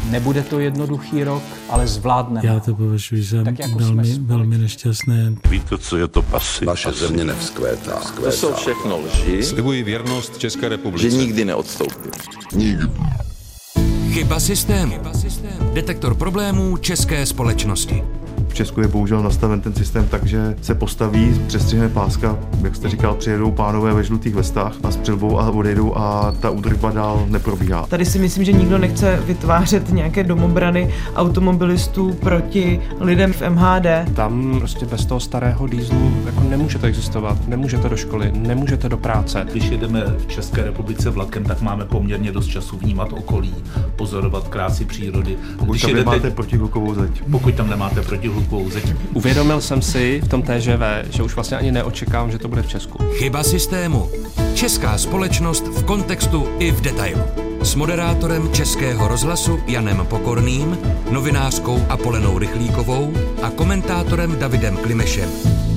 Nebude to jednoduchý rok, ale zvládneme. Já to považuji za velmi nešťastné. Víte, co je to pasy? Naše země nevzkvétá. To jsou všechno lži. Slibuji věrnost České republice. Že nikdy neodstoupím. Nikdy. Chyba systému. Detektor problémů české společnosti. V Česku je bohužel nastaven ten systém tak, že se postaví, přestřihne páska, jak jste říkal, přijedou pánové ve žlutých vestách a s přilbou a odejdou a ta údržba dál neprobíhá. Tady si myslím, že nikdo nechce vytvářet nějaké domobrany automobilistů proti lidem v MHD. Tam prostě bez toho starého dieselu jako nemůžete existovat, nemůžete do školy, nemůžete do práce. Když jedeme v České republice vlakem, tak máme poměrně dost času vnímat okolí, pozorovat krásy přírody. Pokud tam nemáte protihlukovou zeď. Pokud tam nemáte protihlukovou zeď. Uvědomil jsem si v tom TŽV, že už vlastně ani neočekávám, že to bude v Česku. Chyba systému. Česká společnost v kontextu i v detailu. S moderátorem Českého rozhlasu Janem Pokorným, novinářkou Apolenou Rychlíkovou a komentátorem Davidem Klimešem.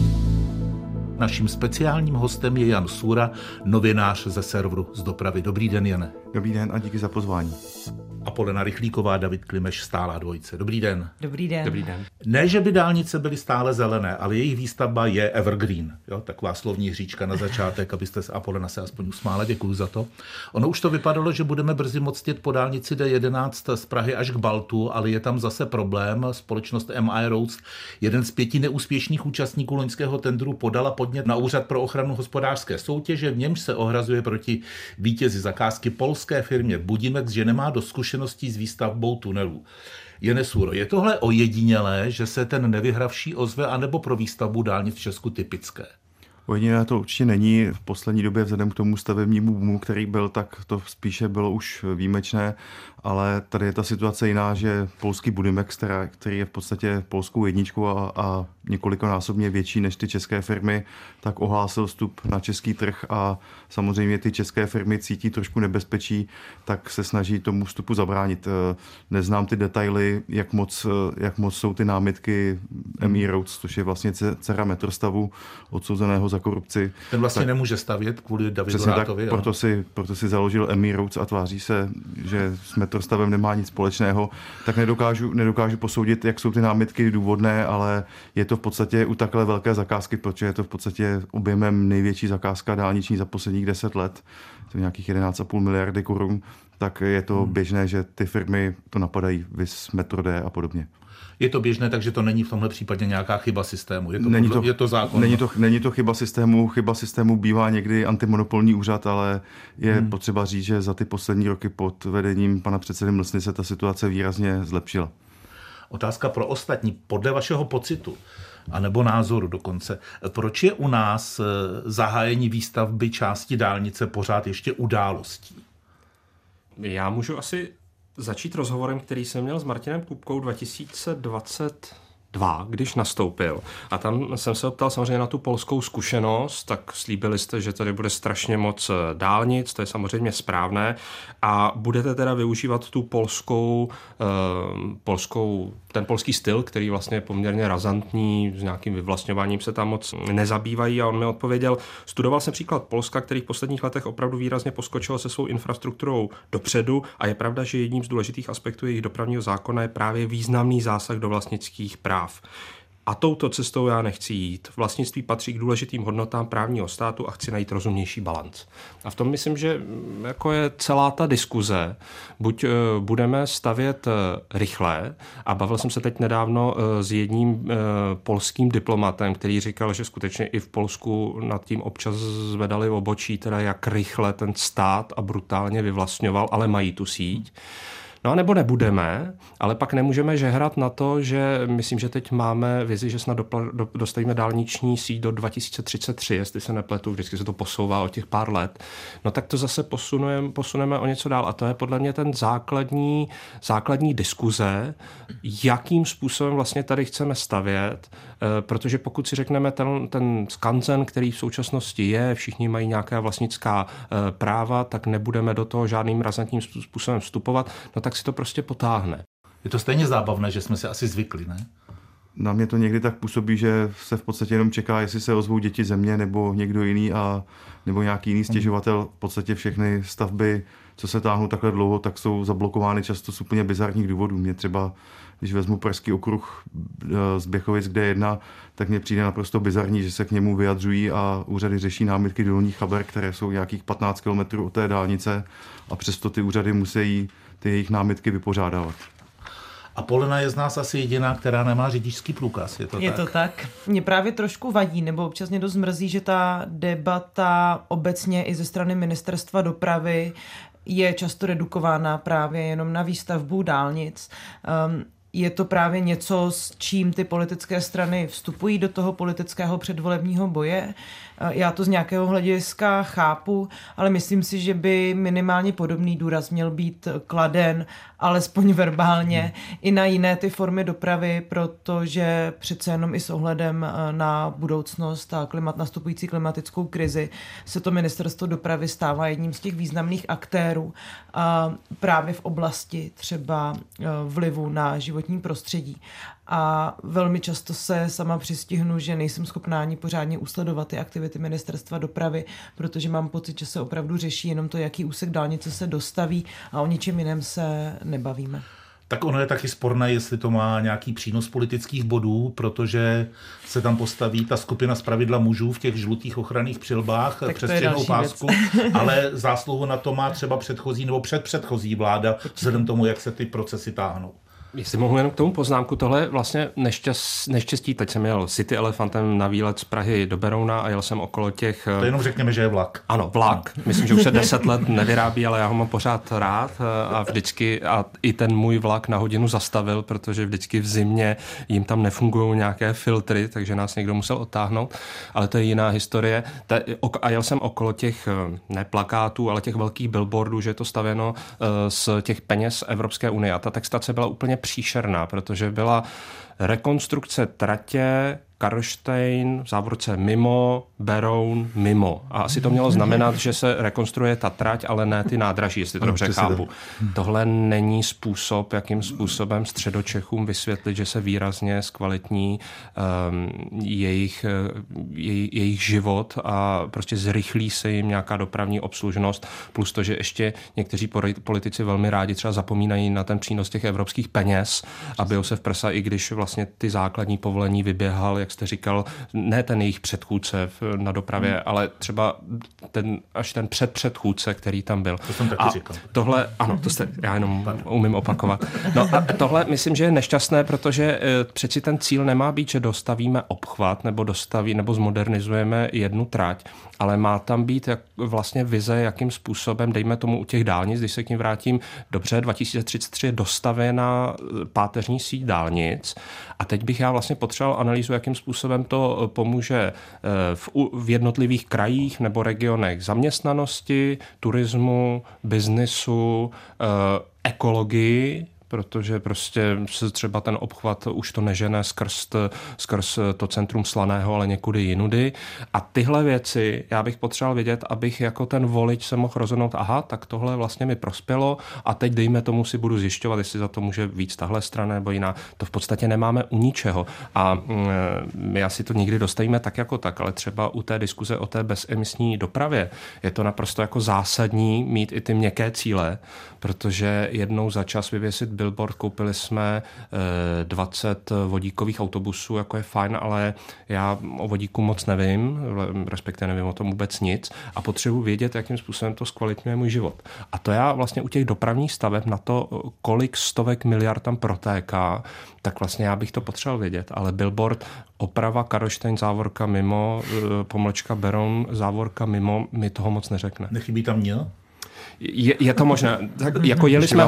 Naším speciálním hostem je Jan Sůra, novinář ze serveru Z dopravy. Dobrý den, Jane. Dobrý den a díky za pozvání. Apolena Rychlíková, David Klimeš, stálá dvojice. Dobrý den. Dobrý den. Dobrý den. Ne, že by dálnice byly stále zelené, ale jejich výstavba je evergreen. Jo? Taková slovní hříčka na začátek, abyste se Apolena se aspoň usmála, děkuju za to. Ono už to vypadalo, že budeme brzy moct jet po dálnici D11 z Prahy až k Baltu, ale je tam zase problém. Společnost MI Roads, jeden z 5 neúspěšných účastníků loňského tendru, podala podnět na Úřad pro ochranu hospodářské soutěže, v němž se ohrazuje proti vítězi zakázky polské firmě Budimex, že nemá dost zkušeností s výstavbou tunelů. Jane Sůro, je tohle ojedinělé, že se ten nevyhravší ozve, anebo pro výstavbu dálnic v Česku typické? Ojedinělé to určitě není. V poslední době vzhledem k tomu stavebnímu boomu, který byl, tak to spíše bylo už výjimečné, ale tady je ta situace jiná, že polský Budimex, který je v podstatě polskou jedničkou a několikonásobně větší než ty české firmy, tak ohlásil vstup na český trh a samozřejmě ty české firmy cítí trošku nebezpečí, tak se snaží tomu vstupu zabránit. Neznám ty detaily, jak moc jsou ty námitky MI Roads, což je vlastně dcera Metrostavu, odsouzeného za korupci. Ten vlastně nemůže stavět kvůli Davidu Rátovi. Proto si založil MI Roads a tváří se, že s Metrostavem nemá nic společného. Tak nedokážu posoudit, jak jsou ty námitky důvodné, ale je to v podstatě u takhle velké zakázky, protože je to v podstatě objemem největší zakázka dálniční za posledních 10 let, to je nějakých 11,5 miliardy korun, tak je to běžné, že ty firmy to napadají, vys Metro D a podobně. Je to běžné, takže to není v tomhle případě nějaká chyba systému. Je to zákon. Není to chyba systému. Chyba systému bývá někdy antimonopolní úřad, ale je potřeba říct, že za ty poslední roky pod vedením pana předsedy Mlsny se ta situace výrazně zlepšila. Otázka pro ostatní. Podle vašeho pocitu, anebo názoru dokonce, proč je u nás zahájení výstavby části dálnice pořád ještě událostí? Já můžu asi začít rozhovorem, který jsem měl s Martinem Kupkou 2022, když nastoupil. A tam jsem se optal samozřejmě na tu polskou zkušenost, tak slíbili jste, že tady bude strašně moc dálnic, to je samozřejmě správné, a budete teda využívat tu ten polský styl, který vlastně je poměrně razantní, s nějakým vyvlastňováním se tam moc nezabývají, a on mi odpověděl, studoval jsem příklad Polska, který v posledních letech opravdu výrazně poskočil se svou infrastrukturou dopředu, a je pravda, že jedním z důležitých aspektů jejich dopravního zákona je právě významný zásah do vlastnických práv. A touto cestou já nechci jít. Vlastnictví patří k důležitým hodnotám právního státu a chci najít rozumnější balanc. A v tom myslím, že jako je celá ta diskuze. Buď budeme stavět rychle, a bavil jsem se teď nedávno s jedním polským diplomatem, který říkal, že skutečně i v Polsku nad tím občas zvedali obočí, teda jak rychle ten stát a brutálně vyvlastňoval, ale mají tu síť. No a nebo nebudeme, ale pak nemůžeme žehrat na to, že myslím, že teď máme vizi, že snad dostavíme dálniční síť do 2033, jestli se nepletu, vždycky se to posouvá o těch pár let. No tak to zase posuneme o něco dál, a to je podle mě ten základní diskuze, jakým způsobem vlastně tady chceme stavět, protože pokud si řekneme ten skanzen, který v současnosti je, všichni mají nějaká vlastnická práva, tak nebudeme do toho žádným razantním způsobem vstupovat, no tak si to prostě potáhne. Je to stejně zábavné, že jsme si asi zvykli, ne? Na mě to někdy tak působí, že se v podstatě jenom čeká, jestli se ozvou Děti země nebo někdo jiný nebo nějaký jiný stěžovatel. V podstatě všechny stavby, co se táhnou takhle dlouho, tak jsou zablokovány často z úplně bizarních důvodů. Mě třeba, když vezmu pražský okruh z Běchovic, kde je 1, tak mně přijde naprosto bizarní, že se k němu vyjadřují a úřady řeší námitky Dolních Chaber, které jsou nějakých 15 kilometrů od té dálnice a přesto ty úřady musí ty jejich námitky vypořádávat. A Polena je z nás asi jediná, která nemá řidičský průkaz, je to tak? Je to tak. Mě právě trošku vadí, nebo občas mě dost mrzí, že ta debata obecně i ze strany ministerstva dopravy je často redukována právě jenom na výstavbu dálnic. Je to právě něco, s čím ty politické strany vstupují do toho politického předvolebního boje. Já to z nějakého hlediska chápu, ale myslím si, že by minimálně podobný důraz měl být kladen, alespoň verbálně, i na jiné ty formy dopravy, protože přece jenom i s ohledem na budoucnost a nastupující klimatickou krizi se to ministerstvo dopravy stává jedním z těch významných aktérů právě v oblasti třeba vlivu na životní prostředí. A velmi často se sama přistihnu, že nejsem schopná ani pořádně usledovat ty aktivity ministerstva dopravy, protože mám pocit, že se opravdu řeší jenom to, jaký úsek dálnice se dostaví a o ničem jiném se nebavíme. Tak ono je taky sporné, jestli to má nějaký přínos politických bodů, protože se tam postaví ta skupina zpravidla mužů v těch žlutých ochranných přilbách přes střihnou pásku, ale zásluhu na to má třeba předchozí nebo předchozí vláda, vzhledem tomu, jak se ty procesy táhnou. Jestli mohu jenom k tomu poznámku, tohle je vlastně neštěstí. Teď jsem jel City Elefantem na výlet z Prahy do Berouna a jel jsem okolo těch... To jenom řekněme, že je vlak. Ano, vlak. Myslím, že už se 10 let nevyrábí, ale já ho mám pořád rád a vždycky a i ten můj vlak na hodinu zastavil, protože vždycky v zimě jim tam nefungují nějaké filtry, takže nás někdo musel odtáhnout, ale to je jiná historie. A jel jsem okolo těch ne plakátů, ale těch velkých billboardů, že je to stavěno z těch peněz Evropské unie. A ta textace byla úplně příšerná, protože byla rekonstrukce tratě Karlštejn, v závorce mimo, Beroun, mimo. A asi to mělo znamenat, že se rekonstruuje ta trať, ale ne ty nádraží, jestli to dobře chápu. Tohle není způsob, jakým způsobem Středočechům vysvětlit, že se výrazně zkvalitní jejich život a prostě zrychlí se jim nějaká dopravní obslužnost, plus to, že ještě někteří politici velmi rádi třeba zapomínají na ten přínos těch evropských peněz a bijou se v prsa, i když vlastně ty základní povolení vyběhal, jak jste říkal, ne ten jejich předchůdce na dopravě, ale třeba ten předchůdce, který tam byl. To jsem taky říkal. Tohle, ano, já jenom umím opakovat. No a tohle myslím, že je nešťastné, protože přeci ten cíl nemá být, že dostavíme obchvat nebo zmodernizujeme jednu trať, ale má tam být vlastně vize, jakým způsobem, dejme tomu u těch dálnic, když se k ním vrátím, dobře, 2033 je dostavěna páteřní síť dálnic a teď bych já vlastně potřeboval analýzu, jakým způsobem to pomůže v jednotlivých krajích nebo regionech zaměstnanosti, turismu, biznisu, ekologii, protože prostě se třeba ten obchvat už to nežene skrz to centrum Slaného, ale někudy jinudy. A tyhle věci já bych potřeboval vědět, abych jako ten volič se mohl rozhodnout, aha, tak tohle vlastně mi prospělo a teď dejme tomu si budu zjišťovat, jestli za to může víc tahle strana nebo jiná. To v podstatě nemáme u ničeho. A my asi to nikdy dostavíme tak jako tak, ale třeba u té diskuze o té bezemisní dopravě je to naprosto jako zásadní mít i ty měkké cíle, protože jednou za čas vyvěsit billboard, koupili jsme 20 vodíkových autobusů, jako je fajn, ale já o vodíku moc nevím, respektive nevím o tom vůbec nic a potřebuji vědět, jakým způsobem to zkvalitňuje můj život. A to já vlastně u těch dopravních staveb na to, kolik stovek miliard tam protéká, tak vlastně já bych to potřeboval vědět, ale billboard oprava Karlštejn, závorka mimo, pomlčka Beroun, závorka mimo, mi toho moc neřekne. Nechybí tam měl? Je to možné. Jako jeli jsme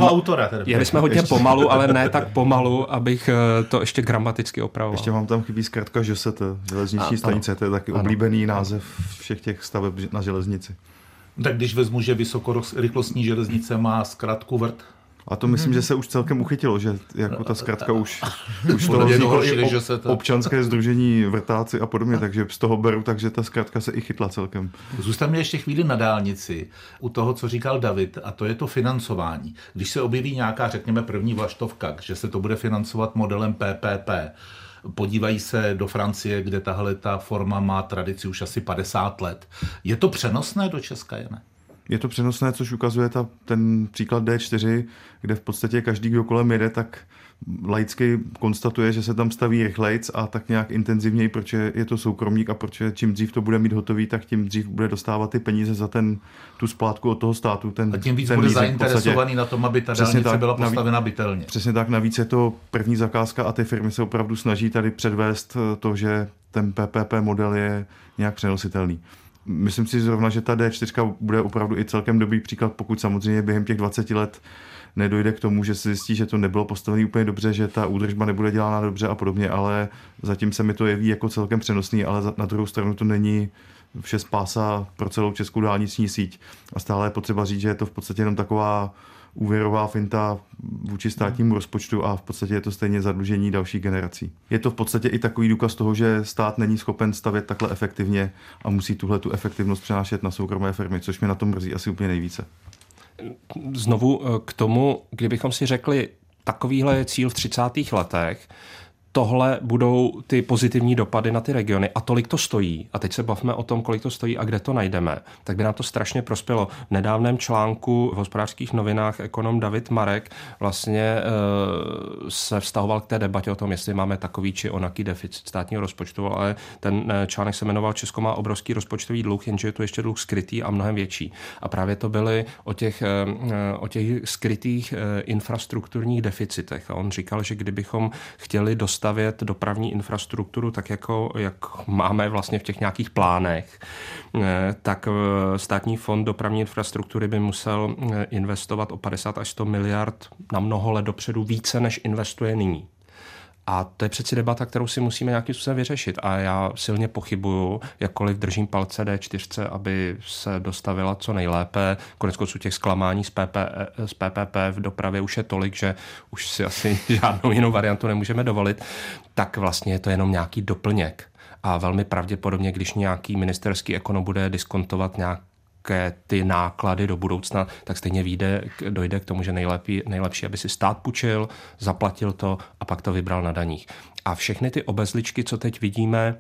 hodně pomalu, ale ne tak pomalu, abych to ještě gramaticky opravoval. Ještě vám tam chybí zkrátka ŽST, železniční stanice, to je taky oblíbený název všech těch staveb na železnici. Tak když vezmu, že vysokorychlostní železnice má zkratku VRT, a to myslím, že se už celkem uchytilo, že jako ta zkratka už toho vzniklo i občanské sdružení vrtáci a podobně, takže z toho beru, takže ta zkratka se i chytla celkem. Zůstaňme ještě chvíli na dálnici u toho, co říkal David, a to je to financování. Když se objeví nějaká, řekněme, první vlaštovka, že se to bude financovat modelem PPP, podívají se do Francie, kde tahle ta forma má tradici už asi 50 let. Je to přenosné do Česka, ne? Je to přenosné, což ukazuje ten příklad D4, kde v podstatě každý, kdo kolem jede, tak laicky konstatuje, že se tam staví rychlejc a tak nějak intenzivněji, protože je to soukromník a protože čím dřív to bude mít hotový, tak tím dřív bude dostávat ty peníze za tu splátku od toho státu. A tím víc bude zainteresovaný na tom, aby ta dálnice byla postavena bytelně. Přesně tak, navíc je to první zakázka a ty firmy se opravdu snaží tady předvést to, že ten PPP model je nějak přenositelný. Myslím si zrovna, že ta D4 bude opravdu i celkem dobrý příklad, pokud samozřejmě během těch 20 let nedojde k tomu, že se zjistí, že to nebylo postavené úplně dobře, že ta údržba nebude dělána dobře a podobně, ale zatím se mi to jeví jako celkem přenosný, ale na druhou stranu to není vše spása pro celou českou dálniční síť. A stále je potřeba říct, že je to v podstatě jenom taková úvěrová finta vůči státnímu rozpočtu a v podstatě je to stejně zadlužení dalších generací. Je to v podstatě i takový důkaz toho, že stát není schopen stavět takhle efektivně a musí tu efektivnost přenášet na soukromé firmy, což mě na tom mrzí asi úplně nejvíce. Znovu k tomu, kdybychom si řekli, takovýhle je cíl v 30. letech, tohle budou ty pozitivní dopady na ty regiony a tolik to stojí. A teď se bavme o tom, kolik to stojí a kde to najdeme. Tak by nám to strašně prospělo. V nedávném článku v Hospodářských novinách ekonom David Marek vlastně se vztahoval k té debatě o tom, jestli máme takový či onaký deficit státního rozpočtu, ale ten článek se jmenoval Česko má obrovský rozpočtový dluh, jenže je tu ještě dluh skrytý a mnohem větší. A právě to byly o těch skrytých infrastrukturních deficitech. A on říkal, že kdybychom chtěli dostavět dopravní infrastrukturu, tak jako jak máme vlastně v těch nějakých plánech, tak Státní fond dopravní infrastruktury by musel investovat o 50 až 100 miliard na mnoho let dopředu více, než investuje nyní. A to je přeci debata, kterou si musíme nějakým způsobem vyřešit. A já silně pochybuju, jakkoliv držím palce D4, aby se dostavila co nejlépe. Koneckonců těch zklamání z PPP v dopravě už je tolik, že už si asi žádnou jinou variantu nemůžeme dovolit. Tak vlastně je to jenom nějaký doplněk. A velmi pravděpodobně, když nějaký ministerský ekonom bude diskontovat ty náklady do budoucna, tak stejně dojde k tomu, že nejlepší, aby si stát půjčil, zaplatil to a pak to vybral na daních. A všechny ty obezličky, co teď vidíme,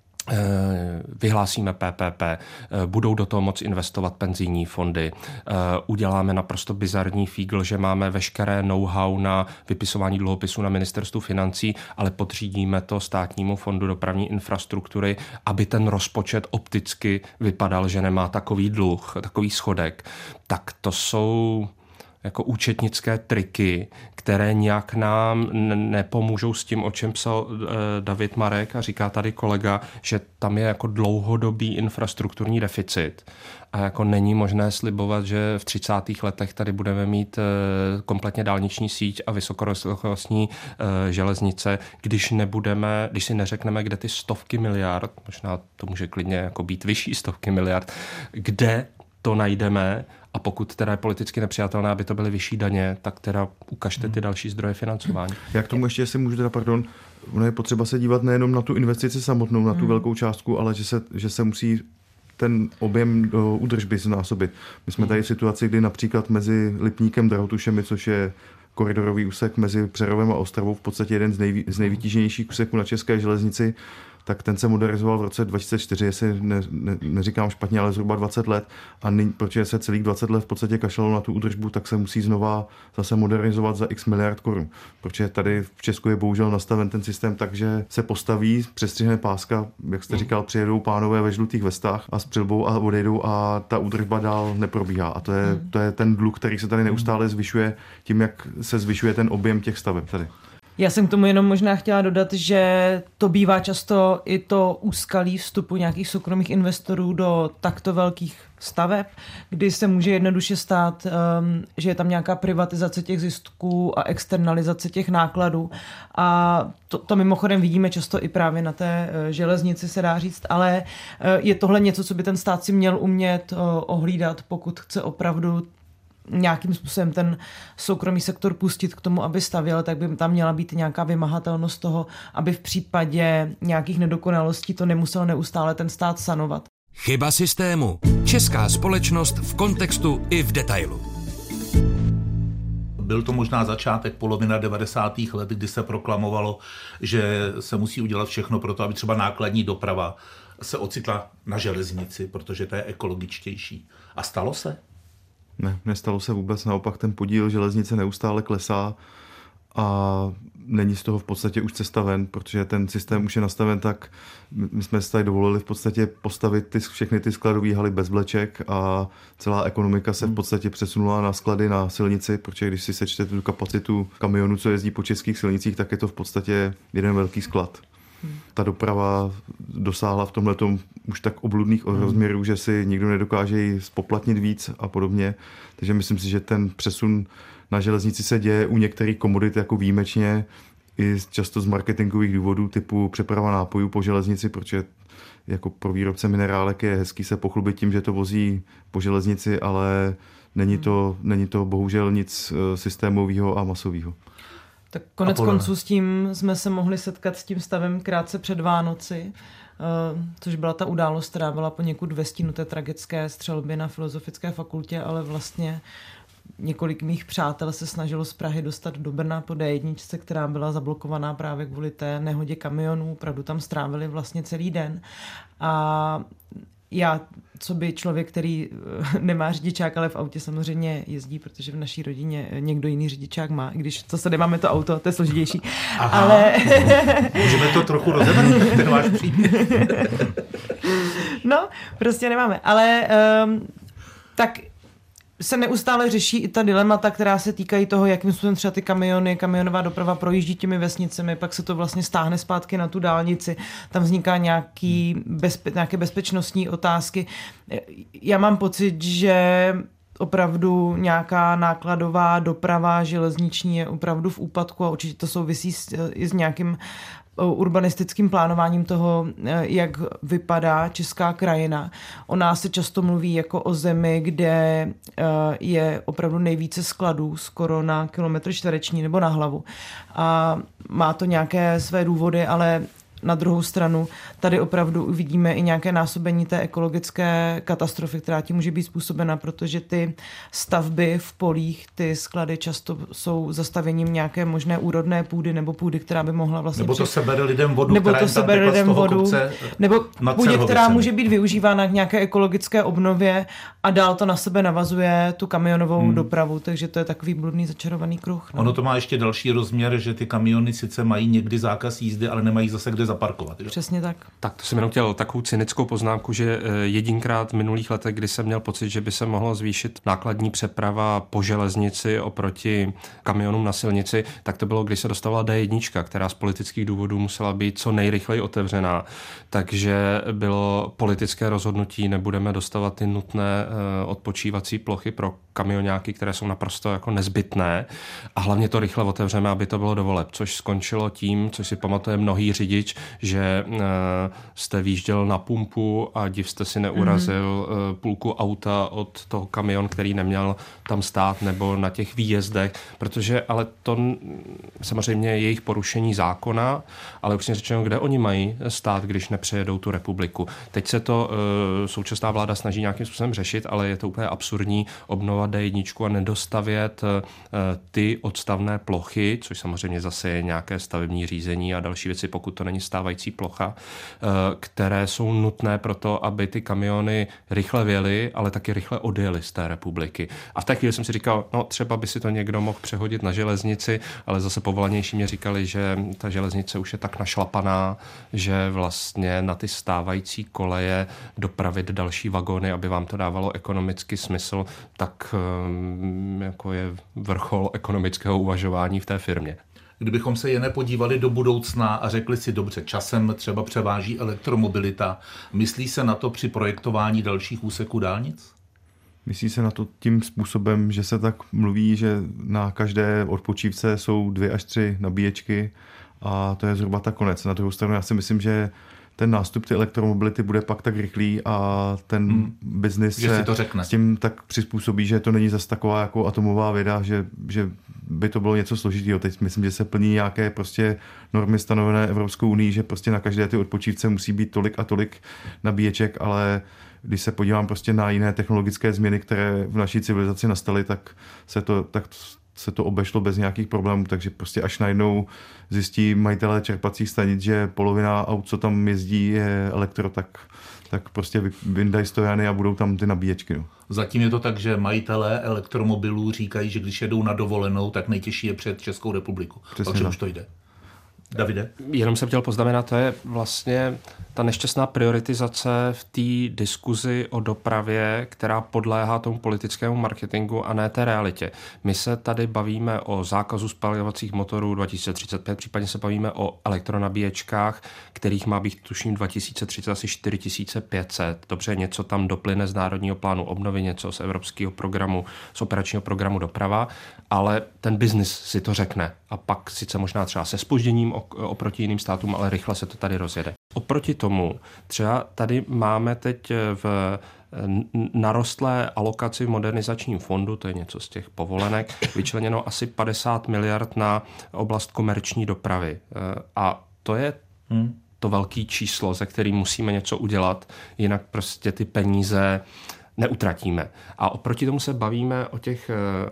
vyhlásíme PPP, budou do toho moc investovat penzijní fondy, uděláme naprosto bizarní fígl, že máme veškeré know-how na vypisování dluhopisů na ministerstvu financí, ale podřídíme to Státnímu fondu dopravní infrastruktury, aby ten rozpočet opticky vypadal, že nemá takový dluh, takový schodek. Tak to jsou jako účetnické triky, které nějak nám nepomůžou s tím, o čem psal David Marek a říká tady kolega, že tam je jako dlouhodobý infrastrukturní deficit a jako není možné slibovat, že v 30. letech tady budeme mít kompletně dálniční síť a vysokorychlostní železnice, když si neřekneme, kde ty stovky miliard, možná to může klidně jako být vyšší stovky miliard, kde to najdeme. A pokud teda je politicky nepřijatelné, aby to byly vyšší daně, tak teda ukažte ty další zdroje financování. Já k tomu ještě, jestli můžu ono je potřeba se dívat nejenom na tu investici samotnou, na tu velkou částku, ale že se musí ten objem do údržby znásobit. My jsme tady v situaci, kdy například mezi Lipníkem a Drahotušemi, což je koridorový úsek mezi Přerovem a Ostravou, v podstatě jeden z nejvytíženějších úseků na české železnici, tak ten se modernizoval v roce 2004, jestli neříkám špatně, ale zhruba 20 let. A protože se celých 20 let v podstatě kašlalo na tu údržbu, tak se musí znova zase modernizovat za x miliard korun. Protože tady v Česku je bohužel nastaven ten systém tak, že se postaví, přestřihne páska, jak jste říkal, přijedou pánové ve žlutých vestách a s přilbou a odejdou a ta údržba dál neprobíhá. A to je ten dluh, který se tady neustále zvyšuje tím, jak se zvyšuje ten objem těch staveb tady. Já jsem k tomu jenom možná chtěla dodat, že to bývá často i to úskalí vstupu nějakých soukromých investorů do takto velkých staveb, kdy se může jednoduše stát, že je tam nějaká privatizace těch zisků a externalizace těch nákladů. A to mimochodem vidíme často i právě na té železnici, se dá říct, ale je tohle něco, co by ten stát si měl umět ohlídat, pokud chce opravdu nějakým způsobem ten soukromý sektor pustit k tomu, aby stavěl, tak by tam měla být nějaká vymahatelnost toho, aby v případě nějakých nedokonalostí to nemusel neustále ten stát sanovat. Chyba systému. Česká společnost v kontextu i v detailu. Byl to možná začátek, polovina 90. let, kdy se proklamovalo, že se musí udělat všechno pro to, aby třeba nákladní doprava se ocitla na železnici, protože to je ekologičtější. A stalo se? Ne, nestalo se vůbec, naopak ten podíl železnice neustále klesá a není z toho v podstatě už cesta ven, protože ten systém už je nastaven tak, my jsme si tady dovolili v podstatě postavit všechny ty skladové haly bez vleček a celá ekonomika se v podstatě přesunula na sklady na silnici, protože když si sečtete tu kapacitu kamionů, co jezdí po českých silnicích, tak je to v podstatě jeden velký sklad. Ta doprava dosáhla v tomhletom už tak obludných rozměrů, že si nikdo nedokáže ji spoplatnit víc a podobně. Takže myslím si, že ten přesun na železnici se děje u některých komodit jako výjimečně, i často z marketingových důvodů typu přeprava nápojů po železnici, protože jako pro výrobce minerálek je hezký se pochlubit tím, že to vozí po železnici, ale není to bohužel nic systémového a masového. Tak konec konců s tím jsme se mohli setkat s tím stavem krátce před Vánoci, což byla ta událost, která byla poněkud ve stínu té tragické střelby na Filozofické fakultě, ale vlastně několik mých přátel se snažilo z Prahy dostat do Brna po D1, která byla zablokovaná právě kvůli té nehodě kamionů. Opravdu tam strávili vlastně celý den. A já, co by člověk, který nemá řidičák, ale v autě samozřejmě jezdí, protože v naší rodině někdo jiný řidičák má, i když zase nemáme to auto, to je složitější. Aha, ale můžeme to trochu rozebrat, ten váš příběh. No, prostě nemáme. Ale tak se neustále řeší i ta dilemata, která se týkají toho, jakým způsobem třeba ty kamiony, kamionová doprava projíždí těmi vesnicemi, pak se to vlastně stáhne zpátky na tu dálnici, tam vzniká nějaké bezpečnostní otázky. Já mám pocit, že opravdu nějaká nákladová doprava železniční je opravdu v úpadku a určitě to souvisí i s nějakým urbanistickým plánováním toho, jak vypadá česká krajina. O nás se často mluví jako o zemi, kde je opravdu nejvíce skladů, skoro na kilometr čtvereční nebo na hlavu. A má to nějaké své důvody, ale na druhou stranu tady opravdu vidíme i nějaké násobení té ekologické katastrofy, která tím může být způsobena, protože ty stavby v polích, ty sklady často jsou zastavením nějaké možné úrodné půdy nebo půdy, která by mohla vlastně... Nebo to sebere lidem vodu, nebo to sebere lidem vodu, nebo půdě, která může být využívána k nějaké ekologické obnově a dál to na sebe navazuje tu kamionovou dopravu, takže to je takový bludný začarovaný kruh. No. Ono to má ještě další rozměr, že ty kamiony sice mají někdy zákaz jízdy, ale nemají zase kde zaparkovat. Jo? Přesně tak. Tak to jsem jenom chtěl takovou cynickou poznámku, že jedinkrát v minulých letech, kdy jsem měl pocit, že by se mohlo zvýšit nákladní přeprava po železnici oproti kamionům na silnici, tak to bylo, když se dostala D1, která z politických důvodů musela být co nejrychleji otevřená. Takže bylo politické rozhodnutí, nebudeme dostávat ty nutné odpočívací plochy pro kamionáky, které jsou naprosto jako nezbytné a hlavně to rychle otevřeme, aby to bylo do voleb, což skončilo tím, což si pamatuje mnohý řidič, že jste výjížděl na pumpu a div jste si neurazil půlku auta od toho kamion, který neměl tam stát, nebo na těch výjezdech, protože ale to samozřejmě je jejich porušení zákona, ale už jsem řečeno, kde oni mají stát, když nepřejedou tu republiku. Teď se to současná vláda snaží nějakým způsobem řešit, ale je to úplně absurdní obnovat D1 a nedostavět ty odstavné plochy, což samozřejmě zase je nějaké stavební řízení a další věci, pokud to není stávající plocha, které jsou nutné pro to, aby ty kamiony rychle vjely, ale taky rychle odjely z té republiky. A v té chvíli jsem si říkal, no třeba by si to někdo mohl přehodit na železnici, ale zase povolanější mě říkali, že ta železnice už je tak našlapaná, že vlastně na ty stávající koleje dopravit další vagony, aby vám to dávalo ekonomický smysl, tak jako je vrchol ekonomického uvažování v té firmě. Kdybychom se jen nepodívali do budoucna a řekli si dobře, časem třeba převáží elektromobilita, myslí se na to při projektování dalších úseků dálnic? Myslí se na to tím způsobem, že se tak mluví, že na každé odpočívce jsou 2 až 3 nabíječky a to je zhruba tak konec. Na druhou stranu já si myslím, že ten nástup té elektromobility bude pak tak rychlý a ten biznis se s tím tak přizpůsobí, že to není zase taková jako atomová věda, že by to bylo něco složitého. Teď myslím, že se plní nějaké prostě normy stanovené Evropskou unii, že prostě na každé ty odpočívce musí být tolik a tolik nabíječek, ale když se podívám prostě na jiné technologické změny, které v naší civilizaci nastaly, tak se to obešlo bez nějakých problémů, takže prostě až najednou zjistí majitelé čerpacích stanic, že polovina aut, co tam jezdí, je elektro, tak tak prostě vyndají stojany a budou tam ty nabíječky. No. Zatím je to tak, že majitelé elektromobilů říkají, že když jedou na dovolenou, tak nejtěžší je před Českou republiku. Takže už to jde. Davide? Jenom jsem chtěl poznamenat, to je vlastně ta nešťastná prioritizace v té diskuzi o dopravě, která podléhá tomu politickému marketingu a ne té realitě. My se tady bavíme o zákazu spalovacích motorů 2035, případně se bavíme o elektronabíječkách, kterých má být tuším 2030 asi 4500. Dobře, něco tam doplyne z Národního plánu obnovy, něco z evropského programu, z operačního programu doprava, ale ten biznis si to řekne a pak sice možná třeba se zpožděním oproti jiným státům, ale rychle se to tady rozjede. Oproti tomu třeba tady máme teď v narostlé alokaci v modernizačním fondu, to je něco z těch povolenek, vyčleněno asi 50 miliard na oblast komerční dopravy. A to je to velké číslo, ze kterým musíme něco udělat, jinak prostě ty peníze neutratíme. A oproti tomu se bavíme o těch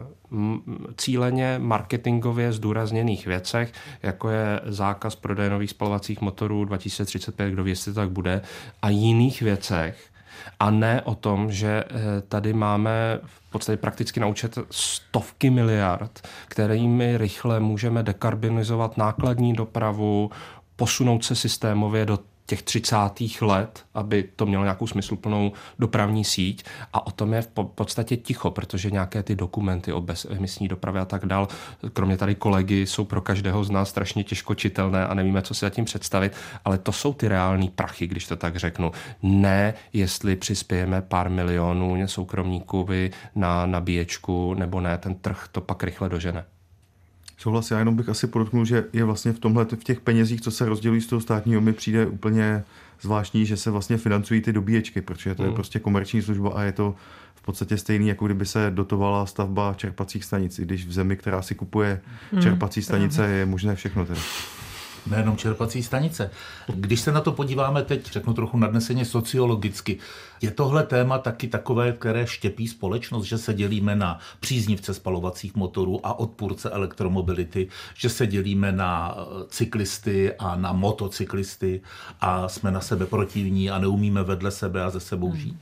cíleně marketingově zdůrazněných věcech, jako je zákaz prodeje nových spalovacích motorů 2035, kdo ví, jestli to tak bude, a jiných věcech. A ne o tom, že tady máme v podstatě prakticky na účet stovky miliard, kterými rychle můžeme dekarbonizovat nákladní dopravu, posunout se systémově do těch 30. let, aby to mělo nějakou smysluplnou dopravní síť, a o tom je v podstatě ticho, protože nějaké ty dokumenty o bezemisní dopravě a tak dál, kromě tady kolegy, jsou pro každého z nás strašně těžko čitelné a nevíme, co si zatím představit, ale to jsou ty reální prachy, když to tak řeknu. Ne, jestli přispějeme pár milionů soukromníkovi na nabíječku, nebo ne, ten trh to pak rychle dožene. Souhlas, já jenom bych asi podotknul, že je vlastně v těch penězích, co se rozdělují z toho státního, mi přijde úplně zvláštní, že se vlastně financují ty dobíječky, protože to je prostě komerční služba a je to v podstatě stejný, jako kdyby se dotovala stavba čerpacích stanic, i když v zemi, která si kupuje čerpací stanice, je možné všechno tedy. Nejenom čerpací stanice. Když se na to podíváme teď, řeknu trochu nadneseně sociologicky, je tohle téma taky takové, které štěpí společnost, že se dělíme na příznivce spalovacích motorů a odpůrce elektromobility, že se dělíme na cyklisty a na motocyklisty a jsme na sebe protivní a neumíme vedle sebe a ze sebou žít?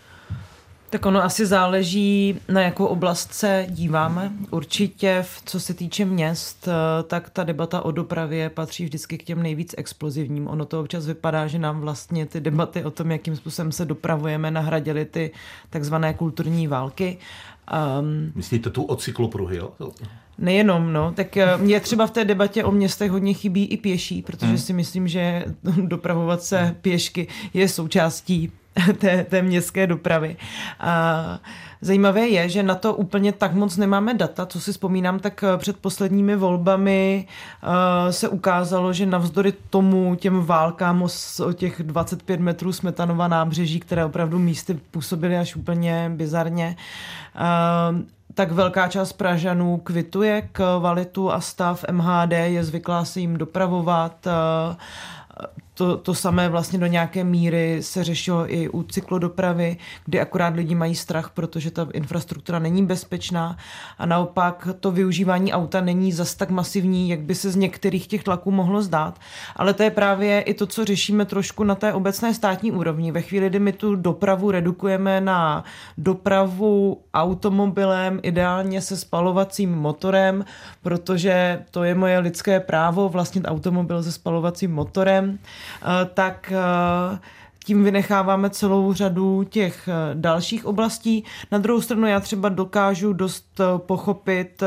Tak ono asi záleží, na jakou oblast se díváme. Určitě, co se týče měst, tak ta debata o dopravě patří vždycky k těm nejvíc explozivním. Ono to občas vypadá, že nám vlastně ty debaty o tom, jakým způsobem se dopravujeme, nahradily ty takzvané kulturní války. Myslíte tu o cyklopruhy, jo? Nejenom, no. Tak mě třeba v té debatě o městech hodně chybí i pěší, protože si myslím, že dopravovat se pěšky je součástí té městské dopravy. A zajímavé je, že na to úplně tak moc nemáme data. Co si vzpomínám, tak před posledními volbami se ukázalo, že navzdory tomu těm válkám o těch 25 metrů Smetanova nábřeží, které opravdu místy působily až úplně bizarně, tak velká část Pražanů kvituje kvalitu a stav MHD, je zvyklá se jim dopravovat. To samé vlastně do nějaké míry se řešilo i u cyklodopravy, kdy akorát lidi mají strach, protože ta infrastruktura není bezpečná a naopak to využívání auta není zas tak masivní, jak by se z některých těch tlaků mohlo zdát. Ale to je právě i to, co řešíme trošku na té obecné státní úrovni. Ve chvíli, kdy my tu dopravu redukujeme na dopravu automobilem, ideálně se spalovacím motorem, protože to je moje lidské právo vlastnit automobil se spalovacím motorem, tak tím vynecháváme celou řadu těch dalších oblastí. Na druhou stranu já třeba dokážu dost pochopit,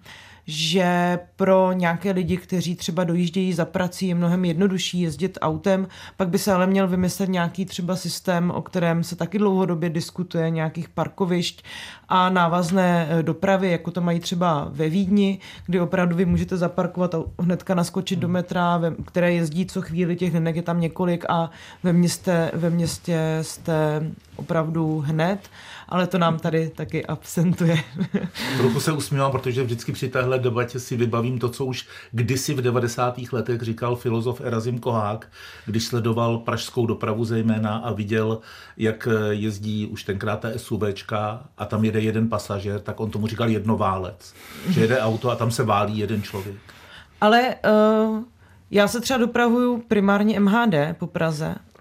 že pro nějaké lidi, kteří třeba dojíždějí za prací, je mnohem jednodušší jezdit autem, pak by se ale měl vymyslet nějaký třeba systém, o kterém se taky dlouhodobě diskutuje, nějakých parkovišť a návazné dopravy, jako to mají třeba ve Vídni, kdy opravdu vy můžete zaparkovat a hnedka naskočit do metra, které jezdí co chvíli, těch linek je tam několik a ve městě jste opravdu hned, ale to nám tady taky absentuje. Trochu se usmívám, protože vždycky při téhle debatě si vybavím to, co už kdysi v 90. letech říkal filozof Erazim Kohák, když sledoval pražskou dopravu zejména a viděl, jak jezdí už tenkrát SUVčka a tam jede jeden pasažér, tak on tomu říkal jednoválec, že jede auto a tam se válí jeden člověk. Ale já se třeba dopravuju primárně MHD po Praze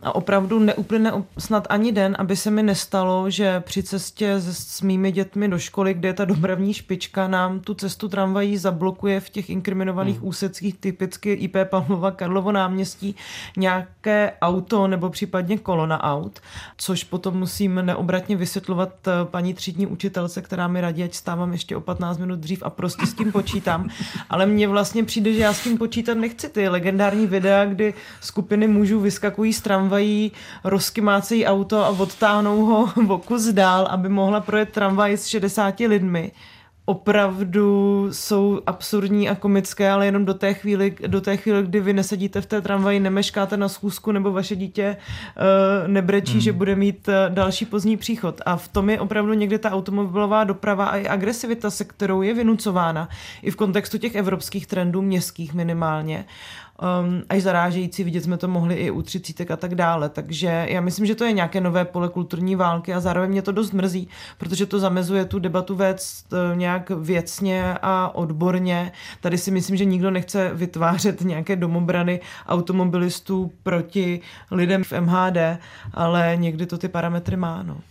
A opravdu neuplyne snad ani den, aby se mi nestalo, že při cestě s mými dětmi do školy, kde je ta dopravní špička, nám tu cestu tramvají zablokuje v těch inkriminovaných úsecích, typicky IP Pavlova Karlovo náměstí, nějaké auto nebo případně kolona aut, což potom musím neobratně vysvětlovat paní třídní učitelce, která mi radí, ať stávám ještě o 15 minut dřív a prostě s tím počítám. Ale mně vlastně přijde, že já s tím počítat nechci. Ty legendární videa, kdy skupiny mužů vyskakují z tramvají, rozkymácejí auto a odtáhnou ho o kus dál, aby mohla projet tramvaj s 60 lidmi. Opravdu jsou absurdní a komické, ale jenom do té chvíli, kdy vy nesedíte v té tramvaji, nemeškáte na schůzku nebo vaše dítě nebrečí, že bude mít další pozdní příchod. A v tom je opravdu někde ta automobilová doprava a i agresivita, se kterou je vynucována i v kontextu těch evropských trendů, městských minimálně. Až zarážející, vidět jsme to mohli i u 30 a tak dále. Takže já myslím, že to je nějaké nové pole kulturní války a zároveň mě to dost mrzí, protože to zamezuje tu debatu vést nějak věcně a odborně. Tady si myslím, že nikdo nechce vytvářet nějaké domobrany automobilistů proti lidem v MHD, ale někdy to ty parametry má, no.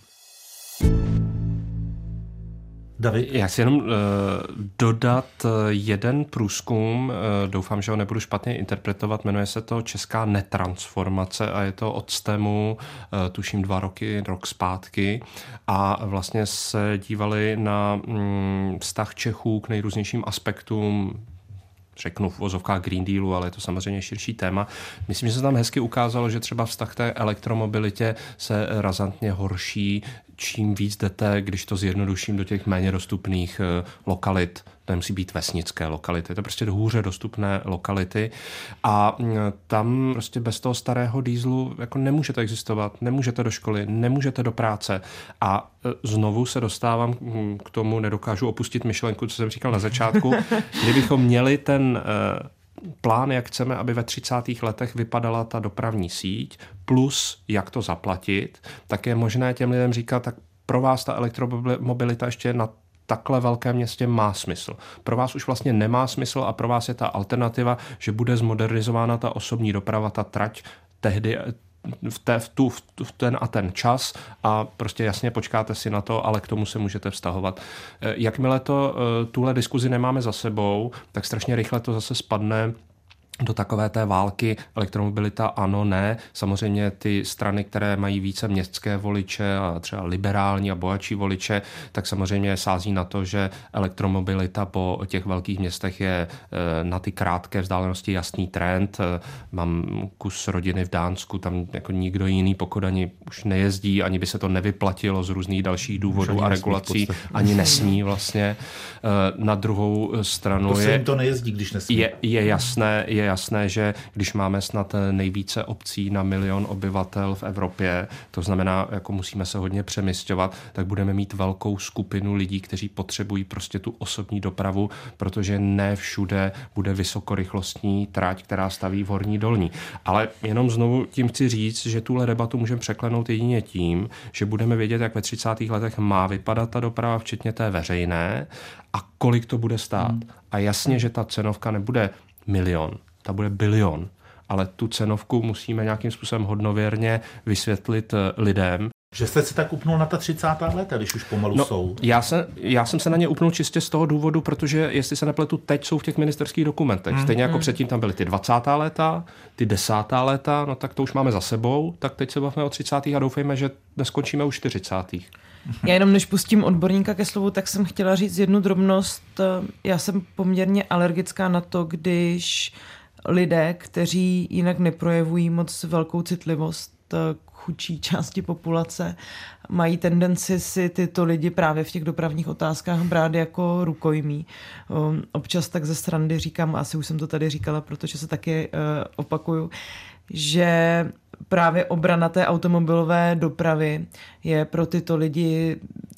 David? Já chci jenom dodat jeden průzkum, doufám, že ho nebudu špatně interpretovat, jmenuje se to Česká netransformace a je to od STEMu, tuším rok zpátky a vlastně se dívali na vztah Čechů k nejrůznějším aspektům, řeknu v uvozovkách Green Dealu, ale je to samozřejmě širší téma. Myslím, že se tam hezky ukázalo, že třeba vztah k té elektromobilitě se razantně horší, čím víc jdete, když to zjednoduším, do těch méně dostupných lokalit. To nemusí být vesnické lokality, to je prostě hůře dostupné lokality a tam prostě bez toho starého dieselu jako nemůžete existovat, nemůžete do školy, nemůžete do práce a znovu se dostávám k tomu, nedokážu opustit myšlenku, co jsem říkal na začátku, kdybychom měli ten plán, jak chceme, aby ve 30. letech vypadala ta dopravní síť, plus jak to zaplatit, tak je možné těm lidem říkat, tak pro vás ta elektromobilita ještě na takhle velkém městě má smysl. Pro vás už vlastně nemá smysl a pro vás je ta alternativa, že bude zmodernizována ta osobní doprava, ta trať tehdy v ten a ten čas a prostě jasně počkáte si na to, ale k tomu se můžete vztahovat. Jakmile tuhle diskuzi nemáme za sebou, tak strašně rychle to zase spadne do takové té války elektromobilita ano, ne. Samozřejmě ty strany, které mají více městské voliče a třeba liberální a bohatší voliče, tak samozřejmě sází na to, že elektromobilita po těch velkých městech je na ty krátké vzdálenosti jasný trend. Mám kus rodiny v Dánsku, tam jako nikdo jiný po Kodani už nejezdí, ani by se to nevyplatilo z různých dalších důvodů a regulací, ani nesmí vlastně. Na druhou stranu to nejezdí, když nesmí. Je jasné, že když máme snad nejvíce obcí na 1 milion obyvatel v Evropě, to znamená, jako musíme se hodně přemysťovat, tak budeme mít velkou skupinu lidí, kteří potřebují prostě tu osobní dopravu, protože ne všude bude vysokorychlostní trať, která staví v Horní Dolní. Ale jenom znovu tím chci říct, že tuhle debatu můžeme překlenout jedině tím, že budeme vědět, jak ve 30. letech má vypadat ta doprava, včetně té veřejné, a kolik to bude stát. A jasně, že ta cenovka nebude 1 milion, ta bude 1 bilion, ale tu cenovku musíme nějakým způsobem hodnověrně vysvětlit lidem. Že jste si tak upnul na ta 30. léta, když už pomalu jsou? Já jsem se na ně upnul čistě z toho důvodu, protože jestli se nepletu, teď jsou v těch ministerských dokumentech. Stejně jako předtím tam byly ty 20. léta, ty 10. léta, no tak to už máme za sebou, tak teď se bavíme o 30. a doufejme, že neskončíme u 40. Já jenom než pustím odborníka ke slovu, tak jsem chtěla říct jednu drobnost. Já jsem poměrně alergická na to, když lidé, kteří jinak neprojevují moc velkou citlivost k chudší části populace, mají tendenci si tyto lidi právě v těch dopravních otázkách brát jako rukojmí. Občas tak ze srandy říkám, asi už jsem to tady říkala, protože se taky opakuju, že právě obrana té automobilové dopravy je pro tyto lidi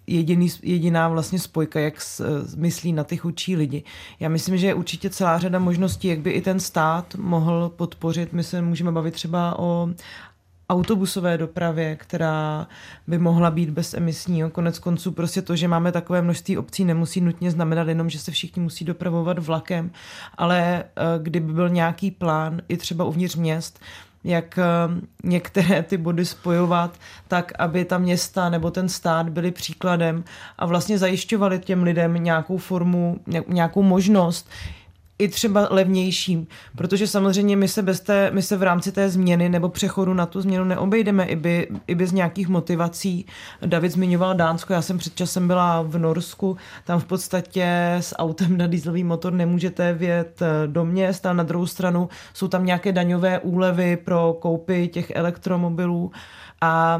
jediná vlastně spojka, jak myslí na ty chudší lidi. Já myslím, že je určitě celá řada možností, jak by i ten stát mohl podpořit. My se můžeme bavit třeba o autobusové dopravě, která by mohla být bezemisní. Konec konců prostě to, že máme takové množství obcí, nemusí nutně znamenat jenom, že se všichni musí dopravovat vlakem, ale kdyby byl nějaký plán i třeba uvnitř měst, jak některé ty body spojovat tak, aby ta města nebo ten stát byly příkladem a vlastně zajišťovali těm lidem nějakou formu, nějakou možnost, i třeba levnějším, protože samozřejmě my se v rámci té změny nebo přechodu na tu změnu neobejdeme i bez nějakých motivací. David zmiňoval Dánsko, já jsem před časem byla v Norsku, tam v podstatě s autem na dieselový motor nemůžete vjet do měst, a na druhou stranu jsou tam nějaké daňové úlevy pro koupy těch elektromobilů a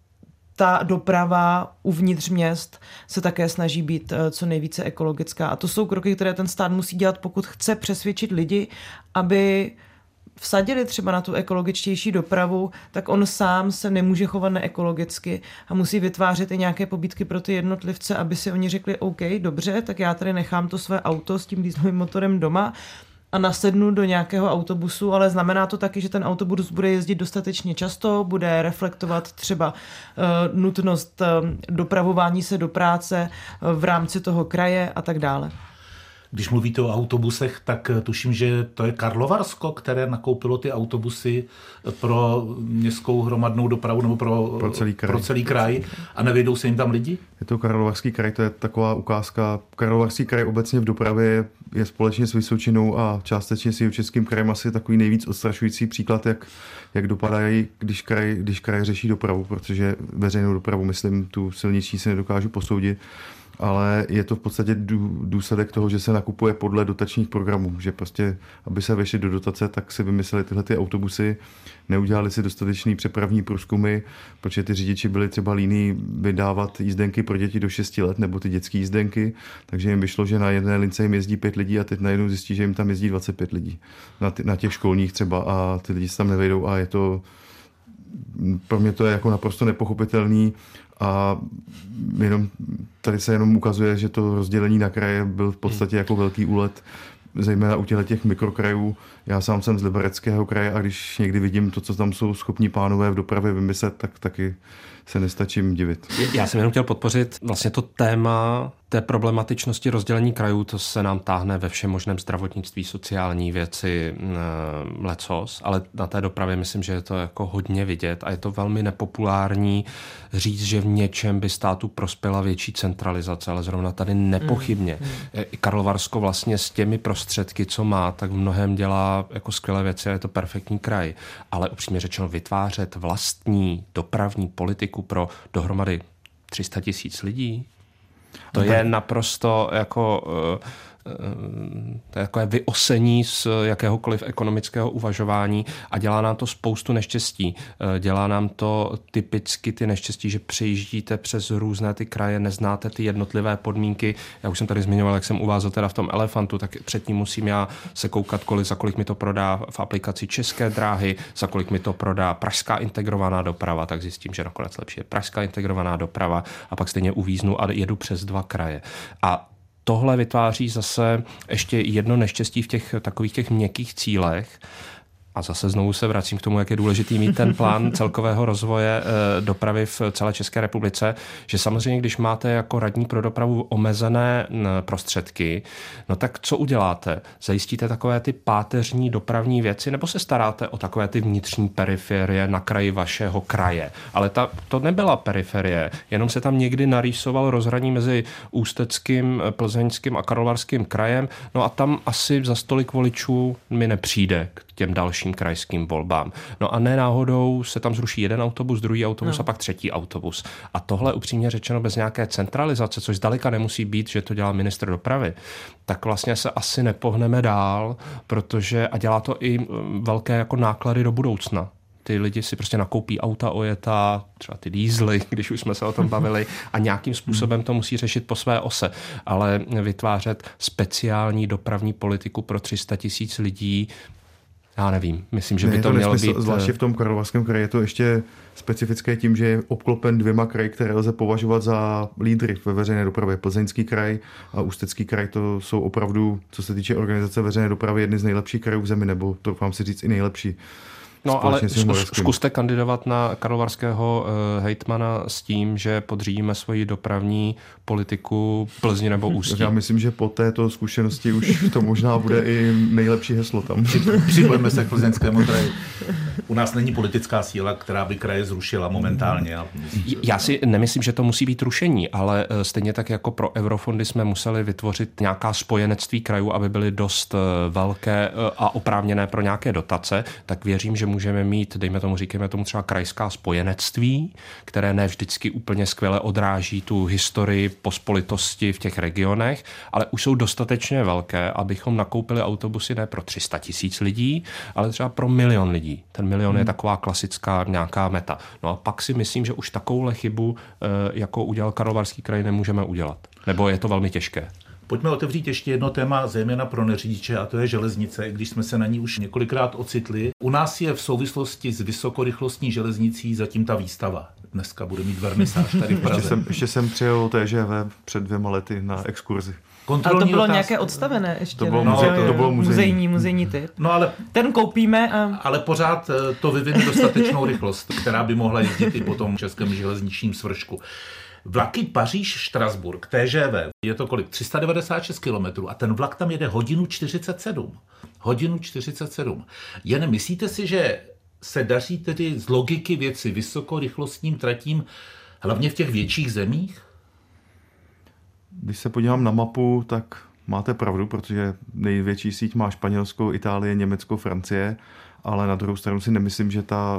ta doprava uvnitř měst se také snaží být co nejvíce ekologická. A to jsou kroky, které ten stát musí dělat, pokud chce přesvědčit lidi, aby vsadili třeba na tu ekologičtější dopravu, tak on sám se nemůže chovat neekologicky a musí vytvářet i nějaké pobídky pro ty jednotlivce, aby si oni řekli, OK, dobře, tak já tady nechám to své auto s tím dieselovým motorem doma a nasednu do nějakého autobusu, ale znamená to taky, že ten autobus bude jezdit dostatečně často, bude reflektovat třeba nutnost dopravování se do práce v rámci toho kraje a tak dále. Když mluvíte o autobusech, tak tuším, že to je Karlovarsko, které nakoupilo ty autobusy pro městskou hromadnou dopravu nebo pro celý kraj a nevejdou se jim tam lidi? Je to Karlovarský kraj, to je taková ukázka. Karlovarský kraj obecně v dopravě je společně s Vysočinou a částečně s Jihočeským krajem asi takový nejvíc odstrašující příklad, jak dopadají, když kraj řeší dopravu, protože veřejnou dopravu, myslím, tu silniční si nedokážu posoudit. Ale je to v podstatě důsledek toho, že se nakupuje podle dotačních programů, že prostě, aby se vešli do dotace, tak si vymysleli tyhle ty autobusy, neudělali si dostatečný přepravní průzkumy, protože ty řidiči byli třeba líní vydávat jízdenky pro děti do 6 let nebo ty dětské jízdenky, takže jim vyšlo, že na jedné lince jim jezdí 5 lidí a teď najednou zjistí, že jim tam jezdí 25 lidí. Na těch školních třeba a ty lidi se tam nevejdou a je to, pro mě to je jako naprosto nepochopitelný. A tady se jenom ukazuje, že to rozdělení na kraje byl v podstatě jako velký úlet, zejména u těch mikrokrajů. Já sám jsem z Libereckého kraje a když někdy vidím to, co tam jsou schopní pánové v dopravě vymyslet, tak taky se nestačím divit. Já jsem jenom chtěl podpořit vlastně to téma té problematičnosti rozdělení krajů, to se nám táhne ve všem možném zdravotnictví, sociální věci, lecos, ale na té dopravě myslím, že je to jako hodně vidět a je to velmi nepopulární říct, že v něčem by státu prospěla větší centralizace, ale zrovna tady nepochybně. I Karlovarsko vlastně s těmi prostředky, co má, tak v mnohem dělá jako skvělé věci a je to perfektní kraj. Ale upřímně řečeno vytvářet vlastní dopravní politiku pro dohromady 300 000 lidí, to je naprosto jako takové vyosení z jakéhokoliv ekonomického uvažování a dělá nám to spoustu neštěstí. Dělá nám to typicky ty neštěstí, že přejíždíte přes různé ty kraje, neznáte ty jednotlivé podmínky. Já už jsem tady zmiňoval, jak jsem uvázel teda v tom Elefantu, tak předtím musím já se koukat, za kolik mi to prodá v aplikaci České dráhy, za kolik mi to prodá Pražská integrovaná doprava, tak zjistím, že nakonec lepší je Pražská integrovaná doprava a pak stejně uvíznu a jedu přes 2 kraje. A tohle vytváří zase ještě jedno neštěstí v těch takových těch měkkých cílech. A zase znovu se vracím k tomu, jak je důležitý mít ten plán celkového rozvoje dopravy v celé České republice, že samozřejmě, když máte jako radní pro dopravu omezené prostředky, no tak co uděláte? Zajistíte takové ty páteřní dopravní věci, nebo se staráte o takové ty vnitřní periferie na kraji vašeho kraje? Ale to nebyla periferie, jenom se tam někdy narýsoval rozhraní mezi Ústeckým, Plzeňským a Karlovarským krajem, no a tam asi za stolik voličů mi nepřijde k těm dalším krajským volbám. No a ne náhodou se tam zruší jeden autobus, druhý autobus a pak třetí autobus. A tohle upřímně řečeno bez nějaké centralizace, což zdaleka nemusí být, že to dělá ministr dopravy, tak vlastně se asi nepohneme dál, protože a dělá to i velké jako náklady do budoucna. Ty lidi si prostě nakoupí auta ojetá, třeba ty diesely, když už jsme se o tom bavili, a nějakým způsobem to musí řešit po své ose. Ale vytvářet speciální dopravní politiku pro 300 000 lidí, já nevím, myslím, že by to mělo být... Zvláště v tom Karlovarském kraji je to ještě specifické tím, že je obklopen 2 kraji, které lze považovat za lídry ve veřejné dopravě. Plzeňský kraj a Ústecký kraj, to jsou opravdu, co se týče organizace veřejné dopravy, jedny z nejlepších krajů v zemi, nebo to vám si říct i nejlepší. No ale zkuste kandidovat na karlovarského hejtmana s tím, že podřídíme svoji dopravní politiku Plzni nebo Ústí. Já myslím, že po této zkušenosti už to možná bude i nejlepší heslo tam. Připojíme se k Plzeňskému kraji. U nás není politická síla, která by kraje zrušila momentálně. Já si nemyslím, že to musí být rušení, ale stejně tak jako pro eurofondy jsme museli vytvořit nějaká spojenectví krajů, aby byly dost velké a oprávněné pro nějaké dotace, tak věřím, že můžeme mít, říkáme tomu třeba krajská spojenectví, které ne vždycky úplně skvěle odráží tu historii pospolitosti v těch regionech, ale už jsou dostatečně velké, abychom nakoupili autobusy ne pro 300 000 lidí, ale třeba pro 1 000 000 lidí. Ten 1 000 000 je taková klasická nějaká meta. No a pak si myslím, že už takovouhle chybu, jako udělal Karlovarský kraj, nemůžeme udělat. Nebo je to velmi těžké. Pojďme otevřít ještě jedno téma, zejména pro neřidiče, a to je železnice, když jsme se na ní už několikrát ocitli. U nás je v souvislosti s vysokorychlostní železnicí zatím ta výstava. Dneska bude mít vernisáž tady v Praze. Ještě jsem přijel TGV před 2 lety na exkurzi. Ale to bylo nějaké odstavené ještě. To bylo muzejní typ. No ale ten koupíme ale pořád to vyvine dostatečnou rychlost, která by mohla jezdit i po tom českém železničním svršku. Vlaky Paříž-Štrasburg, TGV, je to kolik? 396 km a ten vlak tam jede hodinu 47. Hodinu 47. Jen myslíte si, že se daří tedy z logiky věci vysokorychlostním tratím, hlavně v těch větších zemích? Když se podívám na mapu, tak máte pravdu, protože největší síť má Španělsko, Itálie, Německo, Francie, ale na druhou stranu si nemyslím, že ta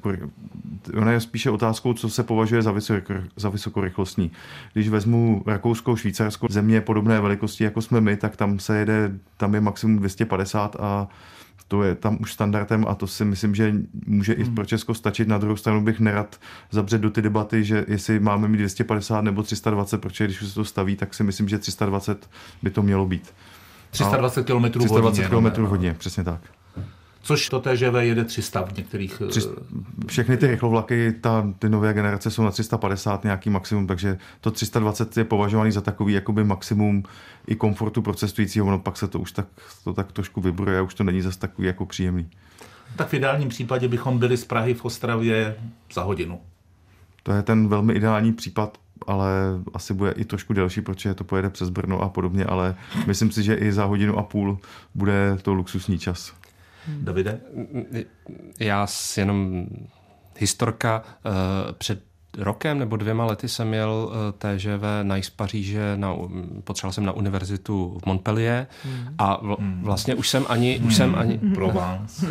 ona je spíše otázkou, co se považuje za vysokorychlostní. Když vezmu Rakousko, Švýcarsko, země podobné velikosti, jako jsme my, tak tam je maximum 250 a to je tam už standardem a to si myslím, že může i pro Česko stačit. Na druhou stranu bych nerad zabřet do ty debaty, že jestli máme mít 250 nebo 320, protože když už se to staví, tak si myslím, že 320 by to mělo být. 320 km hodně. 320 km hodně, přesně tak. Což to TGV jede 300 v některých... Všechny ty rychlovlaky, ty nové generace jsou na 350 nějaký maximum, takže to 320 je považovaný za takový jakoby maximum i komfortu pro cestujícího, ono pak se to už tak trošku vybruje a už to není zase takový jako příjemný. Tak v ideálním případě bychom byli z Prahy v Ostravě za hodinu. To je ten velmi ideální případ, ale asi bude i trošku delší, protože to pojede přes Brno a podobně, ale myslím si, že i za 1,5 hodiny bude to luxusní čas. Davide? Já si jenom historka před rokem nebo 2 lety jsem měl TGV na z Paříže, potřeboval jsem na univerzitu v Montpellier a vlastně už jsem ani Provence.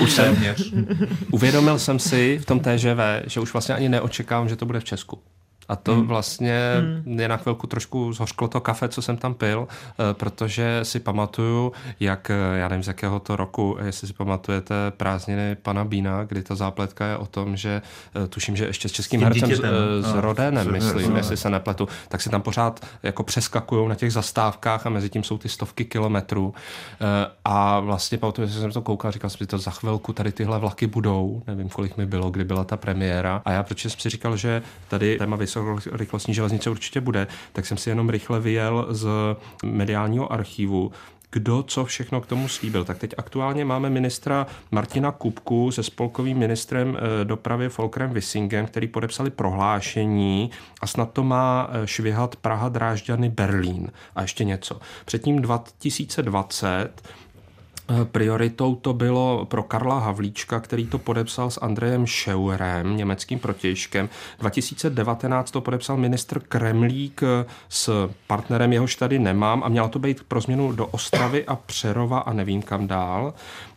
Uvědomil jsem si v tom TGV, že už vlastně ani neočekávám, že to bude v Česku. A to vlastně je na chvilku trošku zhořklo to kafe, co jsem tam pil, protože si pamatuju, jak, já nevím z jakého to roku, jestli si pamatujete prázdniny pana Bína, kdy ta zápletka je o tom, že tuším, že ještě s českým hercem s Rodénem, myslím, jestli se nepletu, tak si tam pořád jako přeskakujou na těch zastávkách a mezi tím jsou ty stovky kilometrů. A vlastně pamatuju, že jsem to koukal, říkal jsem si to za chvilku, tady tyhle vlaky budou, nevím, kolik mi bylo, kdy byla ta premiéra. A já protože jsem si říkal, že tady téma vysokorychlostní železnice určitě bude, tak jsem si jenom rychle vyjel z mediálního archivu, kdo co všechno k tomu slíbil. Tak teď aktuálně máme ministra Martina Kupku se spolkovým ministrem dopravy Volkerem Wissingem, který podepsali prohlášení a snad to má švihat Praha, Drážďany, Berlín a ještě něco. Předtím 2020 prioritou to bylo pro Karla Havlíčka, který to podepsal s Andrejem Scheuerem, německým protějškem. 2019 to podepsal ministr Kremlík s partnerem, jehož tady nemám, a mělo to být pro změnu do Ostravy a Přerova a nevím kam dál.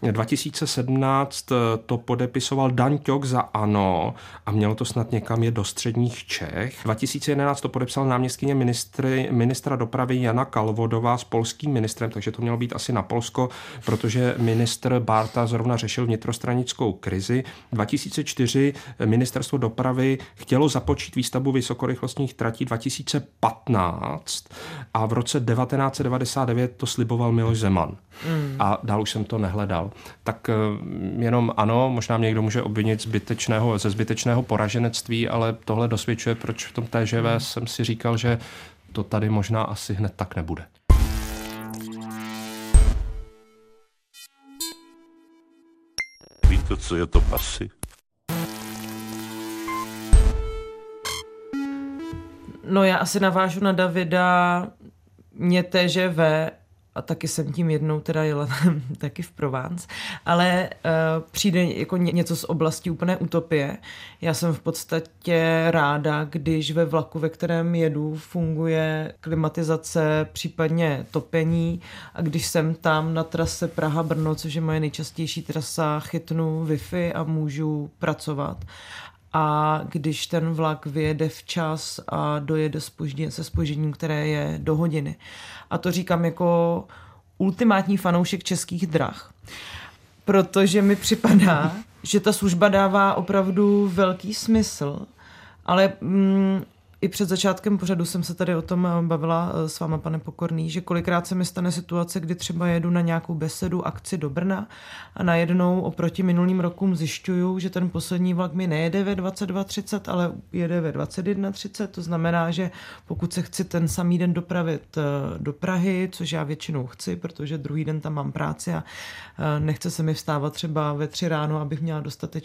2017 to podepisoval Dan Ťok za ANO a mělo to snad někam je do středních Čech. 2011 to podepsal náměstkyně ministra dopravy Jana Kalvodová s polským ministrem, takže to mělo být asi na Polsko, protože ministr Bárta zrovna řešil vnitrostranickou krizi. 2004 ministerstvo dopravy chtělo započít výstavbu vysokorychlostních tratí 2015 a v roce 1999 to sliboval Miloš Zeman. A dál už jsem to nehledal. Tak jenom ano, možná mě někdo může obvinit ze zbytečného poraženectví, ale tohle dosvědčuje, proč v tom TGV jsem si říkal, že to tady možná asi hned tak nebude. Víte, co je to pasy? No já asi navážu na Davida, mě TGV, a taky jsem tím jednou teda jela taky v Provence, ale přijde jako něco z oblasti úplné utopie. Já jsem v podstatě ráda, když ve vlaku, ve kterém jedu, funguje klimatizace, případně topení, a když jsem tam na trase Praha-Brno, což je moje nejčastější trasa, chytnu Wi-Fi a můžu pracovat. A když ten vlak vyjede včas a dojede se zpožděním, které je do hodiny. A to říkám jako ultimátní fanoušek Českých drah. Protože mi připadá, že ta služba dává opravdu velký smysl, ale i před začátkem pořadu jsem se tady o tom bavila s váma, pane Pokorný, že kolikrát se mi stane situace, kdy třeba jedu na nějakou besedu, akci do Brna a najednou oproti minulým rokům zjišťuju, že ten poslední vlak mi nejede ve 22:30, ale jede ve 21:30. To znamená, že pokud se chci ten samý den dopravit do Prahy, což já většinou chci, protože druhý den tam mám práci a nechce se mi vstávat třeba ve 3 ráno, abych měla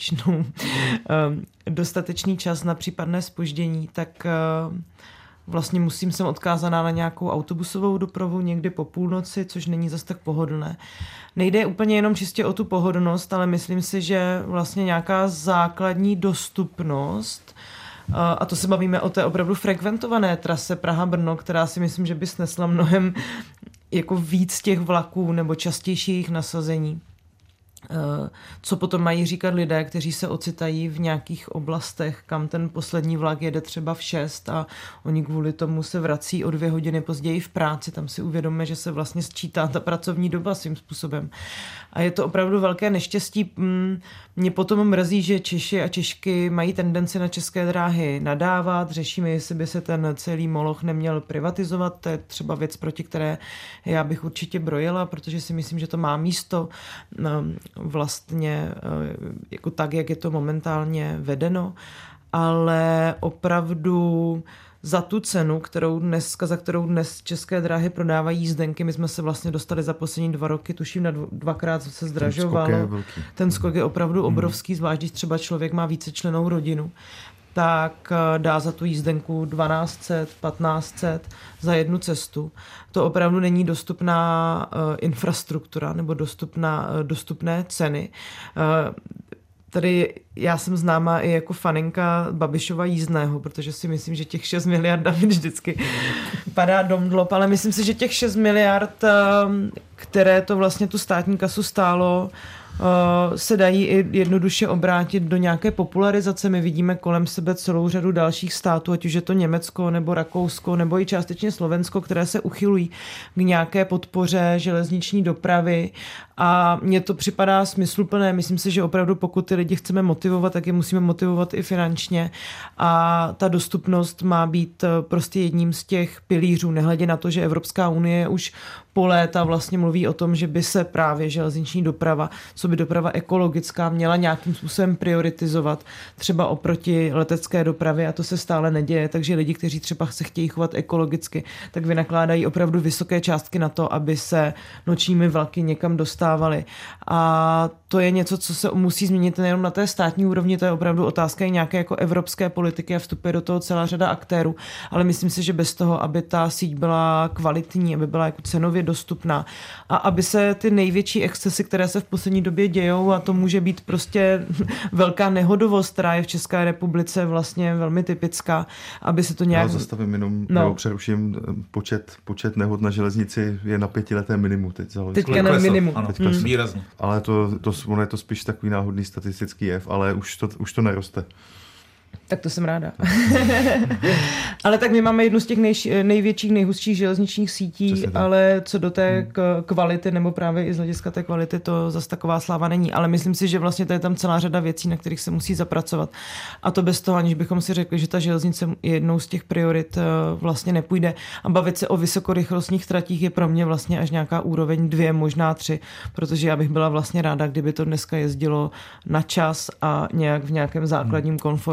dostatečný čas na případné zpoždění, tak vlastně jsem odkázaná na nějakou autobusovou dopravu někdy po půlnoci, což není zas tak pohodlné. Nejde úplně jenom čistě o tu pohodlnost, ale myslím si, že vlastně nějaká základní dostupnost, a to se bavíme o té opravdu frekventované trase Praha-Brno, která si myslím, že by snesla mnohem jako víc těch vlaků nebo častější jejich nasazení. Co potom mají říkat lidé, kteří se ocitají v nějakých oblastech, kam ten poslední vlak jede třeba v 6 a oni kvůli tomu se vrací o 2 hodiny později v práci. Tam si uvědomíme, že se vlastně sčítá ta pracovní doba svým způsobem. A je to opravdu velké neštěstí. Mě potom mrzí, že Češi a Češky mají tendenci na České dráhy nadávat. Řešíme, jestli by se ten celý moloch neměl privatizovat. To je třeba věc, proti které já bych určitě brojila, protože si myslím, že to má místo vlastně jako tak, jak je to momentálně vedeno, ale opravdu za tu cenu, za kterou dnes České dráhy prodávají jízdenky, my jsme se vlastně dostali za poslední 2 roky, tuším, na 2krát se zdražovalo. Ten skok je opravdu obrovský, zvlášť když třeba člověk má vícečlennou rodinu, tak dá za tu jízdenku 1200, 1500 za jednu cestu. To opravdu není dostupná infrastruktura nebo dostupné ceny. Tady já jsem známá i jako faninka Babišova jízdného, protože si myslím, že těch 6 miliard David vždycky padá domdlop, ale myslím si, že těch 6 miliard, které to vlastně tu státní kasu stálo, se dají i jednoduše obrátit do nějaké popularizace. My vidíme kolem sebe celou řadu dalších států, ať už je to Německo nebo Rakousko nebo i částečně Slovensko, které se uchylují k nějaké podpoře železniční dopravy a mně to připadá smysluplné. Myslím si, že opravdu pokud ty lidi chceme motivovat, tak je musíme motivovat i finančně a ta dostupnost má být prostě jedním z těch pilířů, nehledě na to, že Evropská unie už po léta vlastně mluví o tom, že by se právě železniční doprava, co by doprava ekologická, měla nějakým způsobem prioritizovat, třeba oproti letecké dopravě, a to se stále neděje, takže lidi, kteří třeba se chtějí chovat ekologicky, tak vynakládají opravdu vysoké částky na to, aby se nočními vlaky někam dostávali. A to je něco, co se musí změnit nejenom na té státní úrovni, to je opravdu otázka i nějaké jako evropské politiky a vstupuje do toho celá řada aktérů, ale myslím si, že bez toho, aby ta síť byla kvalitní, aby byla jako cenově dostupná a aby se ty největší excesy, které se v poslední době dějou, a to může být prostě velká nehodovost, která je v České republice vlastně velmi typická, aby se to nějak... Já zastavím jenom, nebo přeruším, počet nehod na železnici je na 5letém minimu teď. Teďka na minimum. Ano, výrazně. Ale ono je to spíš takový náhodný statistický jev, ale už to neroste. Tak to jsem ráda. Ale tak my máme jednu z těch největších, nejhustších železničních sítí, ale co do té kvality, nebo právě i z hlediska té kvality, to zase taková sláva není. Ale myslím si, že vlastně to je tam celá řada věcí, na kterých se musí zapracovat. A to bez toho, aniž bychom si řekli, že ta železnice jednou z těch priorit vlastně nepůjde. A bavit se o vysokorychlostních tratích je pro mě vlastně až nějaká úroveň 2, možná 3, protože já bych byla vlastně ráda, kdyby to dneska jezdilo na čas a nějak v nějakém základním komfortu, který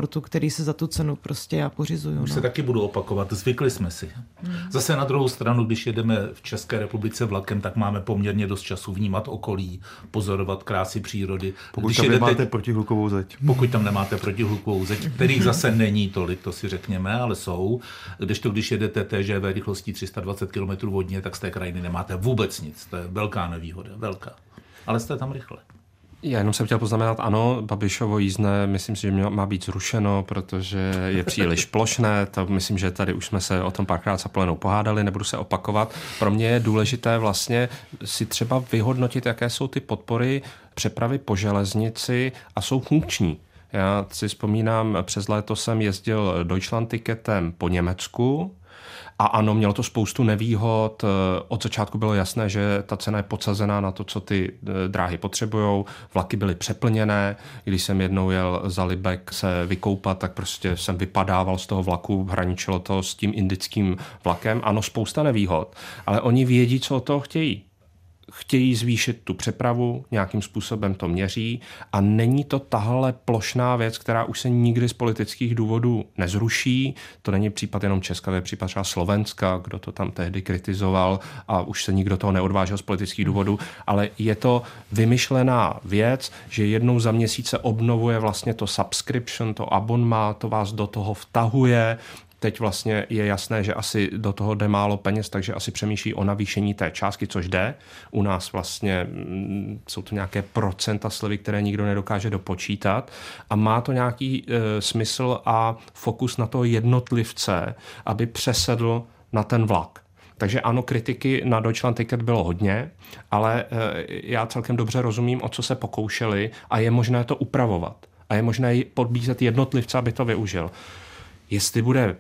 raději se za tu cenu prostě já pořizuju. Už se taky budu opakovat, zvykli jsme si. Zase na druhou stranu, když jedeme v České republice vlakem, tak máme poměrně dost času vnímat okolí, pozorovat krásy přírody. Pokud tam nemáte protihlukovou zeď. Pokud tam nemáte protihlukovou zeď, kterých zase není tolik, to si řekněme, ale jsou. Když jedete TGV rychlostí 320 km vodně, tak z té krajiny nemáte vůbec nic. To je velká nevýhoda, velká. Ale jste tam rychle. Já jenom jsem chtěl poznamenat, ano, Babišovo jízdné, myslím si, že má být zrušeno, protože je příliš plošné. To myslím, že tady už jsme se o tom párkrát s Apolenou pohádali, nebudu se opakovat. Pro mě je důležité vlastně si třeba vyhodnotit, jaké jsou ty podpory přepravy po železnici a jsou funkční. Já si vzpomínám, přes léto jsem jezdil Deutschlandticketem po Německu. A ano, mělo to spoustu nevýhod. Od začátku bylo jasné, že ta cena je podsazená na to, co ty dráhy potřebujou. Vlaky byly přeplněné. Když jsem jednou jel za Libek se vykoupat, tak prostě jsem vypadával z toho vlaku, hraničilo to s tím indickým vlakem. Ano, spousta nevýhod, ale oni vědí, co od toho chtějí. Chtějí zvýšit tu přepravu, nějakým způsobem to měří a není to tahle plošná věc, která už se nikdy z politických důvodů nezruší. To není případ jenom Česka, to je případ třeba Slovenska, kdo to tam tehdy kritizoval a už se nikdo toho neodvážel z politických důvodů, ale je to vymyšlená věc, že jednou za měsíc se obnovuje vlastně to subscription, to abonnement, to vás do toho vtahuje. Teď vlastně je jasné, že asi do toho jde málo peněz, takže asi přemýšlí o navýšení té částky, což jde. U nás vlastně jsou to nějaké procenta slevy, které nikdo nedokáže dopočítat a má to nějaký smysl a fokus na toho jednotlivce, aby přesedl na ten vlak. Takže ano, kritiky na Deutschlandticket bylo hodně, ale já celkem dobře rozumím, o co se pokoušeli a je možné to upravovat. A je možné podbízet jednotlivce, aby to využil. Jestli bude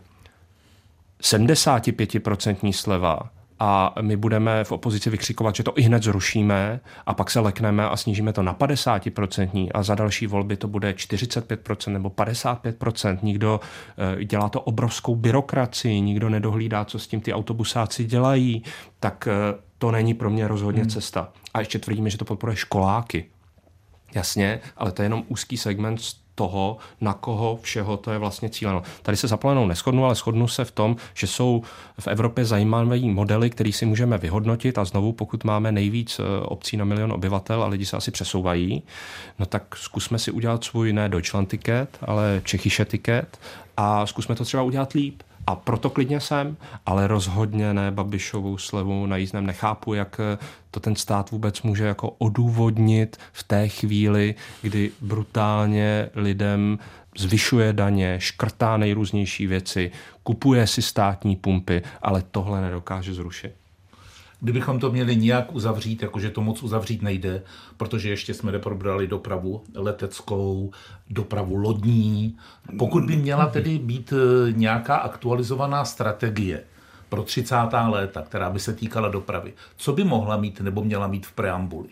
75% sleva a my budeme v opozici vykřikovat, že to i hned zrušíme a pak se lekneme a snížíme to na 50% a za další volby to bude 45% nebo 55%. Nikdo dělá to obrovskou byrokracii, nikdo nedohlídá, co s tím ty autobusáci dělají, tak to není pro mě rozhodně cesta. A ještě tvrdíme, že to podporuje školáky. Jasně, ale to je jenom úzký segment toho, na koho všeho to je vlastně cíleno. Tady se s Apolenou neshodnu, ale shodnu se v tom, že jsou v Evropě zajímavé modely, které si můžeme vyhodnotit a znovu, pokud máme nejvíc obcí na 1 milion obyvatel a lidi se asi přesouvají, no tak zkusme si udělat svůj ne Deutschlandticket, ale Čechische Ticket a zkusme to třeba udělat líp. A proto klidně jsem, ale rozhodně ne Babišovu slevu na jízdném. Nechápu, jak to ten stát vůbec může jako odůvodnit v té chvíli, kdy brutálně lidem zvyšuje daně, škrtá nejrůznější věci, kupuje si státní pumpy, ale tohle nedokáže zrušit. Kdybychom to měli nějak uzavřít, jakože to moc uzavřít nejde, protože ještě jsme neprobrali dopravu leteckou, dopravu lodní. Pokud by měla tedy být nějaká aktualizovaná strategie pro 30. léta, která by se týkala dopravy, co by mohla mít nebo měla mít v preambuli?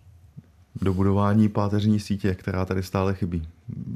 Dobudování páteřní sítě, která tady stále chybí.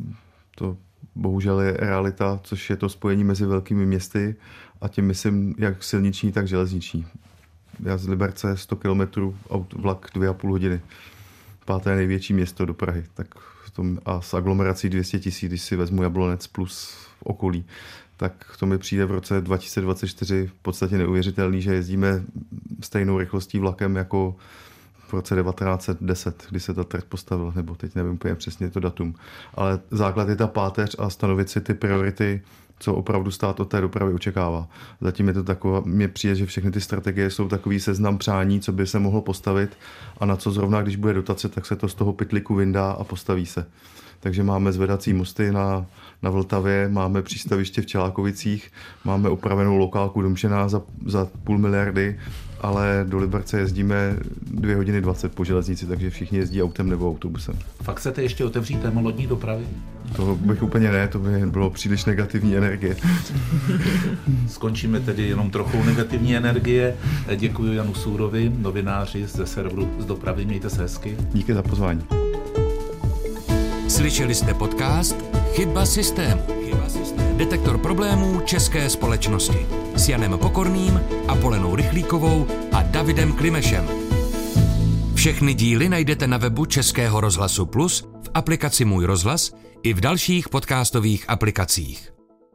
To bohužel je realita, což je to spojení mezi velkými městy a tím myslím jak silniční, tak železniční. Já z Liberce 100 kilometrů, vlak 2,5 hodiny. 5. největší město do Prahy. Tak a s aglomerací 200 000, když si vezmu Jablonec plus v okolí, tak to mi přijde v roce 2024 v podstatě neuvěřitelný, že jezdíme stejnou rychlostí vlakem jako v roce 1910, kdy se ta trať postavila, nebo teď nevím úplně přesně to datum. Ale základ je ta páteř a stanovit si ty priority, co opravdu stát od té dopravy očekává. Zatím je to takové, mně přijde, že všechny ty strategie jsou takový seznam přání, co by se mohlo postavit a na co zrovna, když bude dotace, tak se to z toho pytlíku vyndá a postaví se. Takže máme zvedací mosty na Vltavě, máme přístaviště v Čelákovicích, máme opravenou lokálku Domčená za 0,5 miliardy, ale do Liberce jezdíme 2 hodiny 20 po železnici, takže všichni jezdí autem nebo autobusem. Fakt chcete ještě otevřít téma lodní dopravy? To bych úplně ne, to by bylo příliš negativní energie. Skončíme tedy jenom trochu negativní energie. Děkuji Janu Sûrovi, novináři ze serveru Z dopravy. Mějte se hezky. Díky za pozvání. Slyšeli jste podcast Chyba systému. Detektor problémů české společnosti s Janem Pokorným, Apolenou Rychlíkovou a Davidem Klimešem. Všechny díly najdete na webu Českého rozhlasu Plus, v aplikaci Můj rozhlas i v dalších podcastových aplikacích.